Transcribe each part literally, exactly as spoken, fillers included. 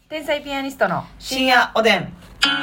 天才ピアニストの深夜おでん。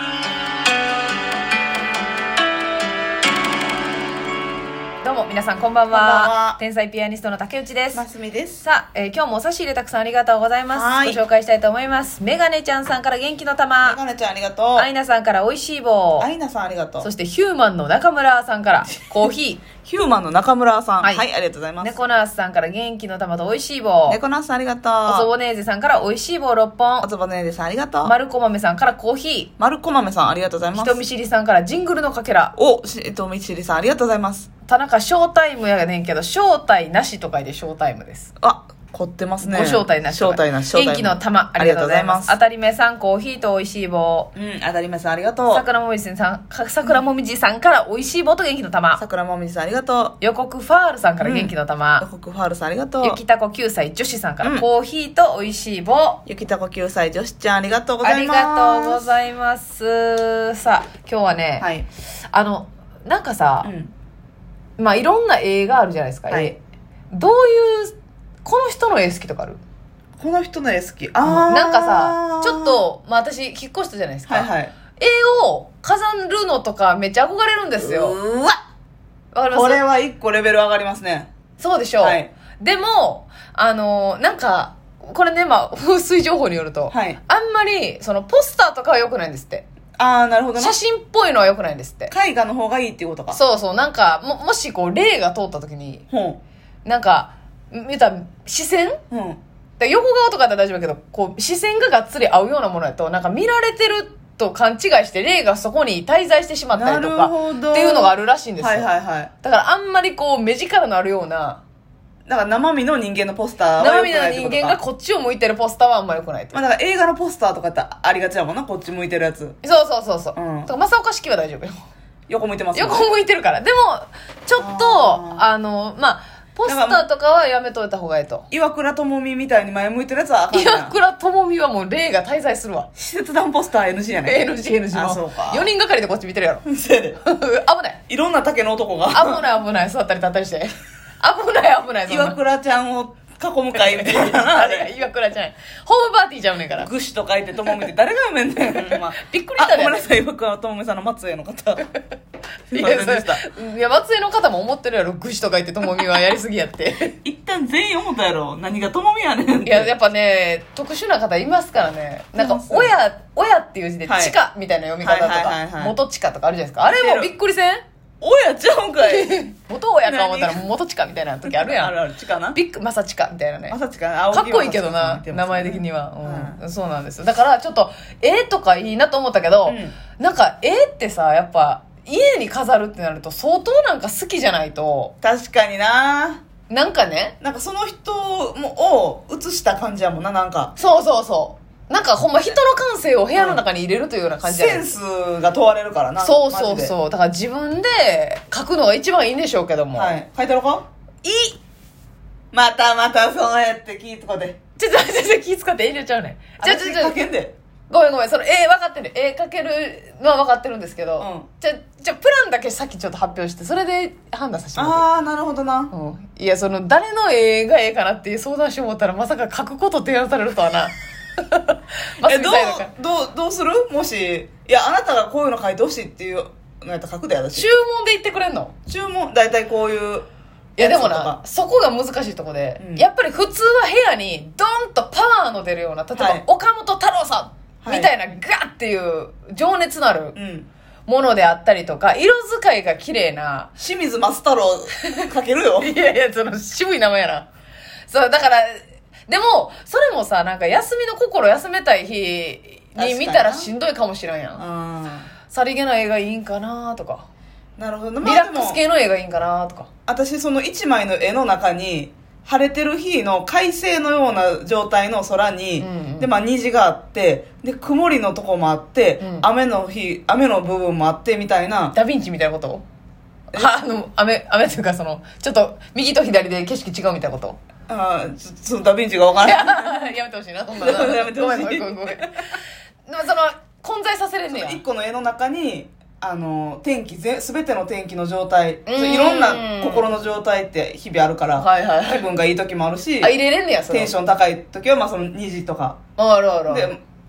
どうも皆さんこんばんは。 こんばんは。 天才ピアニストの竹内です。 ますみです。 さあ、えー今日もお差し入れたくさんありがとうございます。ご紹介したいと思います。メガネちゃんさんから元気のメ玉、 ガネちゃんありがとう。 アイナさんからおいしい棒、 アイナさんありがとう。 そしてヒューマンの中村さんからコーヒヒューマンの中村さん。 ははいい、ありがとうございー、 ます。 猫ナースさんから元気の玉とおいしい棒、 猫ナースさんありがとう。 おつぼねーぜさんからおいしい棒ろっぽん、 おつぼねーぜさんありがとう。 まるこ豆さんからコーヒまるこ豆さんありがとうございー、 ます。 人見知りさんからジングルのかけら、 お、しえっとみちりさんありがとうございます。 田中ショータイムやねんけど招待なしと書いてショータイムです。 あ、凝ってますね。 ご招待なし。 招待なし。 元気の玉、ありがとうございます。 あ当たり目さん、コーヒーと美味しい棒。 りがとうございます。うん、当たり前さんありがとう。 桜もみじさん、か桜もみじさんから美味しい棒と元気の玉。 桜もみじさんありがと予告ファールさんから元気のう。 玉。 予告ファールさんありがとう。 ゆきたこきゅうさい女子さんからうんコーヒーと美味しい棒。 ゆきたこきゅうさい女子ちゃんありがとうござありいます。 がとうございます。さあ、今日はね、 はい。 あの、なんかさ、 うん。 まあいろんな絵があるじゃないですか。 はい絵どういう、この人の絵好きとかある？ この人の絵好き。 ああー。 なんかさ、ちょっ、と、まあ私、引っ越したじゃないですか。 はいはい。 絵を飾るのとかめっちゃ憧れるんですよ。 うわわかります？ これは一個レベル上がりますね。 そうでしょう。 はい。 でも、あの、なんか、これね、まあ、風水情報によると、 はい。 あんまり、その、ポスターとかは良くないんですって。 あー、なるほどな。 写真っぽいのは良くないんですって。 絵画の方がいいっていうことか。 そうそう、なんか、も、もしこう、霊が通った時に、 ほなんか、言ったら、視線う。うん。 で横顔とかだったら大丈夫だけど、こう、視線ががっつり合うようなものだと、なんか見られてると勘違いして、霊がそこに滞在してしまったりとか、 なるほど。 っていうのがあるらしいんですよ。 はいはいはい。 だからあんまりこう、目力のあるような、 だから生身の人間のポスターは生身の良くないってことか。 人間がこっちを向いてるポスターはあんま良くないっていう。 まあだから映画のポスターとかってありがちだもんな、こっち向いてるやつ。 そうそうそうそう。 うんだから正岡式は大丈夫よ。 横向いてますね。 横向いてるから。でも、ちょっと、 ああの、まあ、ポスターとかはやめといた方がいいと。 岩倉智美みたいに前向いてるやつはあかんやん。 岩倉智美はもう霊が滞在するわ。 施設団ポスター エヌジー やね。 エヌジーエヌジー の。 あ、そうか。 よにんがかりでこっち見てるやろ。 そうやで。 危ない。 いろんな竹の男が。 危ない危ない。座ったり立ったりして。危ない危ない。そんな岩倉ちゃんを囲む会みたいなな。 あれ岩倉ちゃん。ホームパーティーちゃうねんから。 ぐしと書いてともみって誰が読めんねん。まあびっくりしたあ、 ね。 ごめんなさい、岩倉ともみさんの末裔の方。すいませんでした。 いや、松江の方も思ってるやろ。ぐしとか言ってともみはやりすぎやって。 一旦全員思ったやろ。何がともみやねんって。 いや、やっぱね、特殊な方いますからね。なんか、 そう親、親っていう字で、 はい地下みたいな読み方とはいはいはいか、 はい元地下とかあるじゃないですか。あれもびっくりせん？ 親ちゃうんかい。 元親か思ったら元地下みたいな時あるやん。 あるある、ちかな。 ビッグ、まさ地下みたいなね。 まさちかな。 かっこいいけどな、名前的には、うんそうなんですよ。だからちょっと絵とかいいなと思ったけど、 うんなんか絵ってさ、やっぱ家に飾るってなると相当なんか好きじゃないと、 確かにな。 なんかね、 なんかその人もを映した感じやもんな、なんか。 そうそうそうなんかほんま人の感性を部屋の中に入れるというような感じじゃないセンスが問われるからな。 そうそうう。 そうだから自分で書くのが一番いいんでしょうけども、 はい。書いてろかいいまたまたそうやって聞いとこで。 ちょちょちょちょ気使って遠慮ちゃうねんちょちょちょ書けんで。 ごめんごめん、その絵分かってる。絵描けるのは分かってるんですけど、 うんじゃ、じゃ、プランだけさっきちょっと発表して、それで判断させてもらっていい？ あー、なるほどな。 うん。いや、その、誰の絵がええかなっていう相談しよう思ったら、まさか書くこと提案されるとはな。マスえ、どうミサイドから。、 どう、どうするもし、いや、あなたがこういうの書いてほしいっていうのやったら書くで、私注。文で言ってくれんの？ 注文、だいたいこういう。 いや、でもつとなか、 そこが難しいとこで、 うんやっぱり普通は部屋にドンとパワーの出るような、例えば、 はい岡本太郎さんはいみたいなガッっていう情熱のあるうん。 ものであったりとか、色使いが綺麗な、 清水松太郎書けるよ。 いやいや、その渋い名前やな。そう、だから、でも、それもさ、なんか休みの心休めたい日に見たらしんどいかもしれんやん。 うん。 さりげな映画いいんかなとか、 なるほど。 リラックス系の映画いいんかなとか。 私その一枚の絵の中に晴れてる日の快晴のような状態の空に、 うんうんでまあ虹があってで曇りのとこもあって、 うん雨の日雨の部分もあってみたいな。 ダヴィンチみたいなことはあの、雨、雨というかその、ちょっと右と左で景色違うみたいなことあーちょちょっとダヴィンチが分からないやめてほしいな、そんなの。 やめてほしいごめんごめんごめんごめん。でもその、混在させれんねや。 一個の絵の中にあの天気ぜ全ての天気の状態ーんいろんな心の状態って日々あるから、 はいはいはい気分がいい時もあるしあ、入れれんねや、それ。 テンション高い時はまあその虹とかあるあるある。 で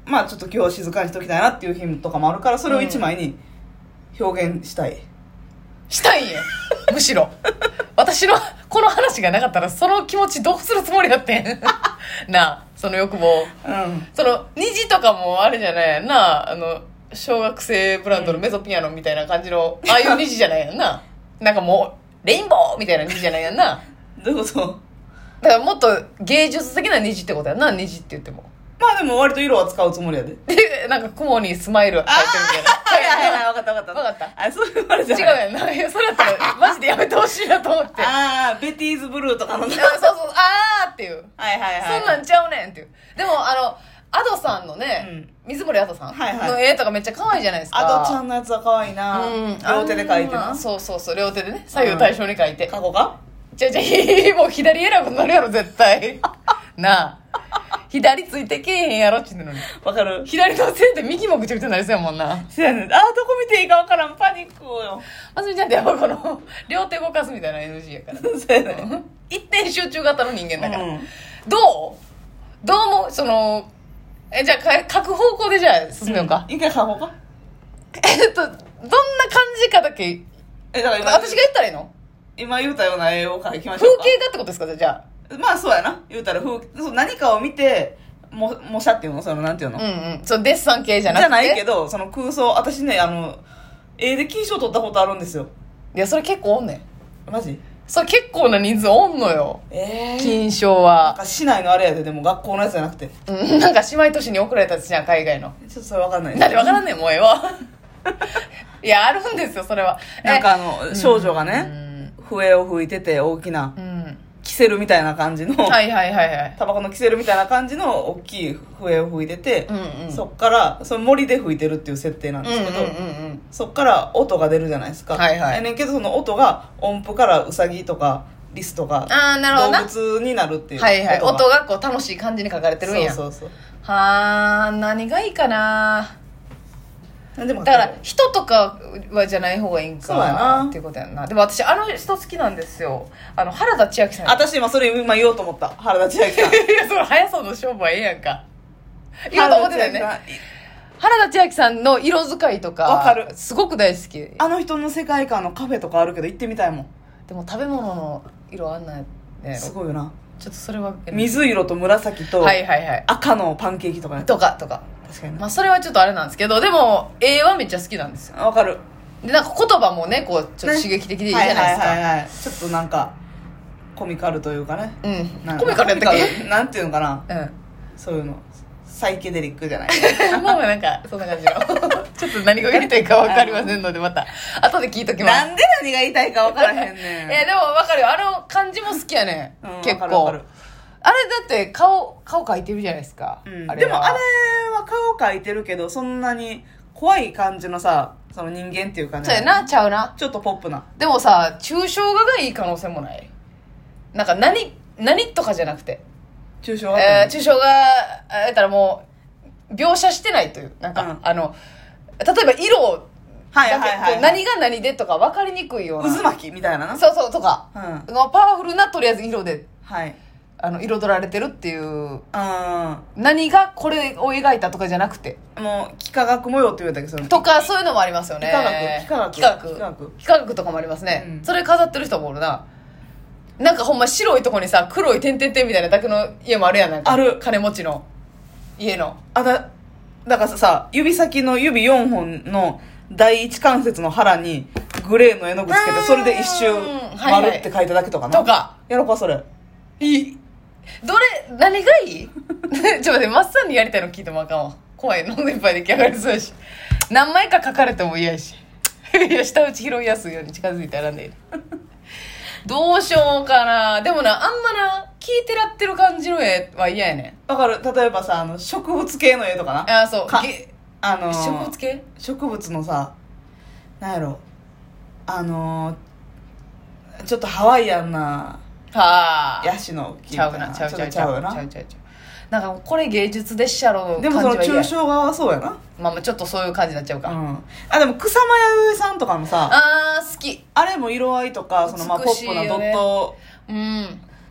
まあちょっと今日は静かにしときたいなっていう日とかもあるから、それを一枚に表現したい、うん、 したいんやむしろ私のこの話がなかったらその気持ちどうするつもりやってんなあ、その欲望、 うん、 その虹とかもあれじゃないなあ、あの小学生ブランドのメゾピアノみたいな感じの、うん、ああいう虹じゃないやんななんかもうレインボーみたいな虹じゃないやんなどういうこと？ だからもっと芸術的な虹ってことやんな、虹って言っても。 まあでも割と色は使うつもりやで。 で、なんか雲にスマイル入ってるみたいな。 はいはいはい、分かった分かった。 分かった。 あ、そういうあれじゃない。 違うやんな。いや、それやったらマジでやめてほしいなと思って。 ああ、ベティーズブルーとかの。そうそう、 あーっていう。 はいはいはい。 そんなんちゃうねんっていう。でも、あの、アドさんのね、うん、水森アドさんの絵とかめっちゃ可愛いじゃないですか。 アドちゃんのやつは可愛いな、うん、両手で描いてな。 そうそうそう、両手でね、左右対称に描いて。 過去かじゃじゃ、もう左選ぶになるやろ、絶対。なあ。左ついてけえへんやろって言うのに。 わかる？ 左のせいで右もぐちゃぐちゃになりそうやもんな。 そうやねん。あー、どこ見ていいかわからん。パニックよ。 ますみちゃんってやっぱこの、両手動かすみたいな エヌジー やから。 そうやねん。 一点集中型の人間だから。うん、どうどうも、その、え、じゃあ、書く方向でじゃあ進めようか。 うん、一回書こうか。 えっと、どんな感じかだけ。 え、だから今。 私が言ったらいいの？ 今言うたような絵を描きましょうか。 風景画ってことですか、じゃあ。 まあそうやな。言うたら風そう何かを見ても模写っていうの、そのなんていうの、 うんうん、そのデッサン系じゃなくてじゃないけど、その空想、私ね、あの絵で金賞取ったことあるんですよ。 いや、それ結構おんねん。マジ？ それ結構な人数おんのよ。えー、金賞は。 なんか市内のあれやで、でも学校のやつじゃなくて、 うん、なんか姉妹都市に送られたやつじゃん、海外の。 ちょっとそれ分かんない。 なんで分からんねん、もうええわいや、あるんですよ、それは。 なんかあの少女がね、うん、笛を吹いてて大きな、うん、キセルみたいな感じの、 はいはいはいはい、 タバコのキセルみたいな感じの大きい笛を吹いてて、 うんうん、 そっからその森で吹いてるっていう設定なんですけど、うんうんうんうん、そっから音が出るじゃないですか、 はいはい、 やねんけどその音が音符からウサギとかリスとか動物になるっていう、 はいはい、音がこう楽しい感じに書かれてるんや。 そうそうそう。 はあ、何がいいかな。でもだから人とかはじゃない方がいいんかっていうことやんな。でも私あの人好きなんですよ、あの原田千秋さん。 私今それ今言おうと思った。原田千秋さんいや、それ速さの勝負はええやんか。言おうと思ってたよね。原田千秋さんの色使いとかわかる、 すごく大好き。 あの人の世界観のカフェとかあるけど行ってみたいもん。 でも食べ物の色あんなね、 すごいよな。 ちょっとそれは水色と紫と赤のパンケーキとかね、 とかとか、 確かに、 まあそれはちょっとあれなんですけど、でも絵はめっちゃ好きなんですよ。 わかる。 でなんか言葉もね、こうちょっと刺激的でいいじゃないですか、ね、はいはいはいはい、 ちょっとなんかコミカルというかね、 うん、コミカルやったっけ、 なんていうのかな、 うん、 そういうのサイケデリックじゃないまあまあなんかそんな感じのちょっと何が言いたいか分かりませんので、また後で聞いときます。 なんで何が言いたいか分からへんねんいやでも分かるよ、あの感じも好きやね、うん、結構。分かる分かる。あれだって顔顔描いてるじゃないですか、 うん、あれでもあれは顔描いてるけどそんなに怖い感じのさ、その人間っていうかね、 そうやな、ちゃうな、 ちょっとポップな。でもさ、抽象画がいい可能性もない？なんか何何とかじゃなくて、 抽象画、 えー、抽象画やったらもう描写してないという、なんか、うん、あの例えば色をはいはいはい、はい、 何が何でとか分かりにくいような、 渦巻きみたいなな、 そうそうとか、うん、パワフルなとりあえず色で、 はい、 あの彩られてるっていう、うん、何がこれを描いたとかじゃなくて、 もう幾何学模様って言うたけど、そのとかそういうのもありますよね。 幾何学幾何学幾何学幾何学とかもありますね、うん、それ飾ってる人もおるな。なんかほんま白いとこにさ、黒い点々点みたいなだけの家もあるやん、なんかある、 金持ちの家の。 あだだからさ、指先の指よんほんの第一関節の腹にグレーの絵の具つけて、それで一周丸って書いただけとかな、 はいはい、とかやろうか、それいい。どれ何がいいちょっと待って、マッサンにやりたいの聞いてもあかんわ、怖い、飲んでいっぱい出来上がりそうやし、何枚か書かれても嫌やしいや、下打ち拾いやすいように近づいて選んでいるどうしようかな。でもな、あんまな聞いてらってる感じの絵は嫌やねん。わかる。例えばさ、あの植物系の絵とかな、 あ、そうか、 あのー、 植物系植物のさ、なんやろ、あのー、ちょっとハワイアンなはヤシの木ちゃうな、ちゃうちゃうちゃうちゃうちゃうちゃう。なんかこれ芸術でっしゃろの感じは嫌や。 でもその抽象画はそうやな。 まあまあちょっとそういう感じになっちゃうか、うん、 あでも草間彌生さんとかもさ、 あー好き。 あれも色合いとかそのまあポップなドット、 うん、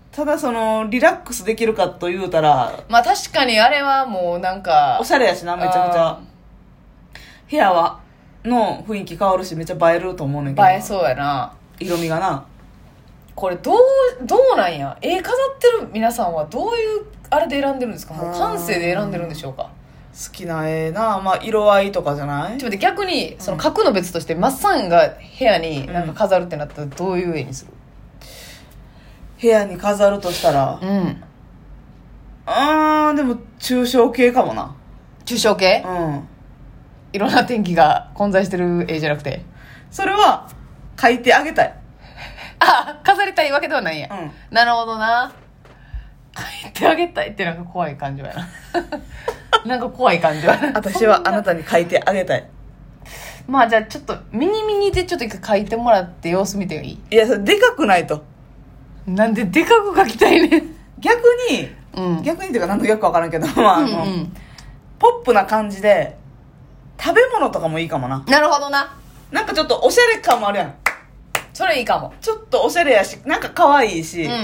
ただそのリラックスできるかと言うたらまあ確かにあれはもうなんかおしゃれやしな、めちゃくちゃ部屋はの雰囲気変わるしめっちゃ映えると思うねんけど、 映えそうやな。 色味がな。 これどうどうなんや、絵飾ってる皆さんはどういうあれで選んでるんですか？もう感性で選んでるんでしょうか？ 好きな絵な、まあ色合いとかじゃない？ ちょっと待って、逆にその格の別としてマッサンが部屋になんか飾るってなったらどういう絵にする？ 部屋に飾るとしたら、 うんあーでも抽象系かもな。 抽象系、 うんいろんな天気が混在してる絵じゃなくて、 それは描いてあげたい。 あ、飾りたいわけではないんや、 うん、 なるほどな。描いてあげたいってなんか怖い感じはやななんか怖い感じは私はあなたに描いてあげたい。 まあじゃあちょっとミニミニでちょっと一回描いてもらって様子見てもいい？ いやそれでかくないと。 なんででかく描きたいねん逆に、 うん、 逆にっていうか何の逆か分からんけど、まああの、 うんうん、 ポップな感じで食べ物とかもいいかもな。 なるほどな。 なんかちょっとおしゃれ感もあるやん。 それいいかも。 ちょっとおしゃれやしなんか可愛いし、 うんうんうん、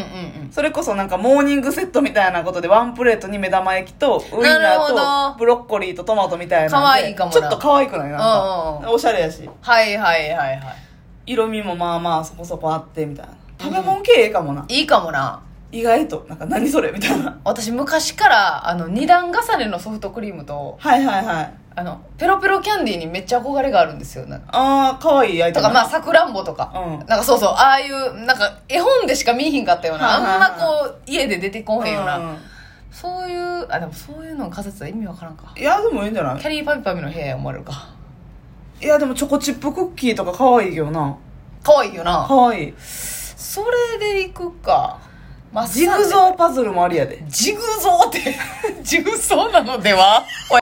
それこそなんかモーニングセットみたいなことでワンプレートに目玉焼きとウインナなるほーどとブロッコリーとトマトみたいな可愛いかもな。 ちょっと可愛くない？なんか、 うんうん、 おしゃれやし、 はいはいはいはい、 色味もまあまあそこそこあってみたいな。食べ物系ええかもな、 いいかもな。 意外となんか何それみたいな。 私昔からあの二段重ねのソフトクリームとはいはいはい。 あのペロペロキャンディーにめっちゃ憧れがあるんですよ。なんかああ可愛いアイテムとかまあさくらんぼとか、 うん、 なんかそうそう、ああいうなんか絵本でしか見えひんかったような、 はいはいはい、 あんまこう家で出てこへんような、 うん、 そういうあでもそういうのを飾ってたら意味わからんか。 いやでもいいんじゃない？ キャリーパミパミの部屋や思われるか。 いやでもチョコチップクッキーとか可愛いよな。 可愛いよな。 可愛い。 それでいくか。 ジグゾーパズルもありやで。 ジグゾーってジグソーなのでは